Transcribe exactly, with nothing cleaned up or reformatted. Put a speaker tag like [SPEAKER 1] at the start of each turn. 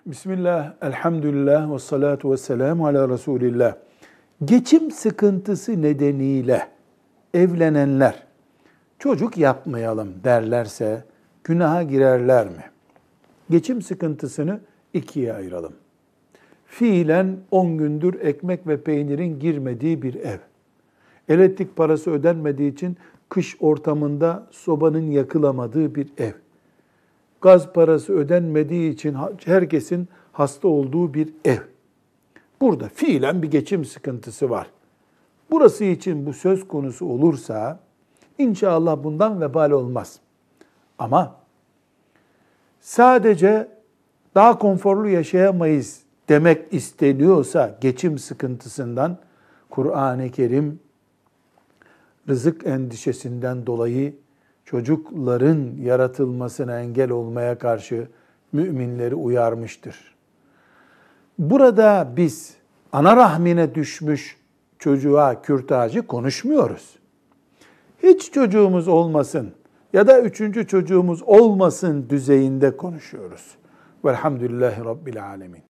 [SPEAKER 1] Bismillah, elhamdülillah ve salatu ve selamu ala Resulillah. Geçim sıkıntısı nedeniyle evlenenler çocuk yapmayalım derlerse günaha girerler mi? Geçim sıkıntısını ikiye ayıralım. Fiilen on gündür ekmek ve peynirin girmediği bir ev. Elektrik parası ödenmediği için kış ortamında sobanın yakılamadığı bir ev. Gaz parası ödenmediği için herkesin hasta olduğu bir ev. Burada fiilen bir geçim sıkıntısı var. Burası için bu söz konusu olursa inşallah bundan vebal olmaz. Ama sadece daha konforlu yaşayamayız demek isteniyorsa geçim sıkıntısından Kur'an-ı Kerim rızık endişesinden dolayı çocukların yaratılmasına engel olmaya karşı müminleri uyarmıştır. Burada biz ana rahmine düşmüş çocuğa kürtajı konuşmuyoruz. Hiç çocuğumuz olmasın ya da üçüncü çocuğumuz olmasın düzeyinde konuşuyoruz. Velhamdülillahi Rabbil alemin.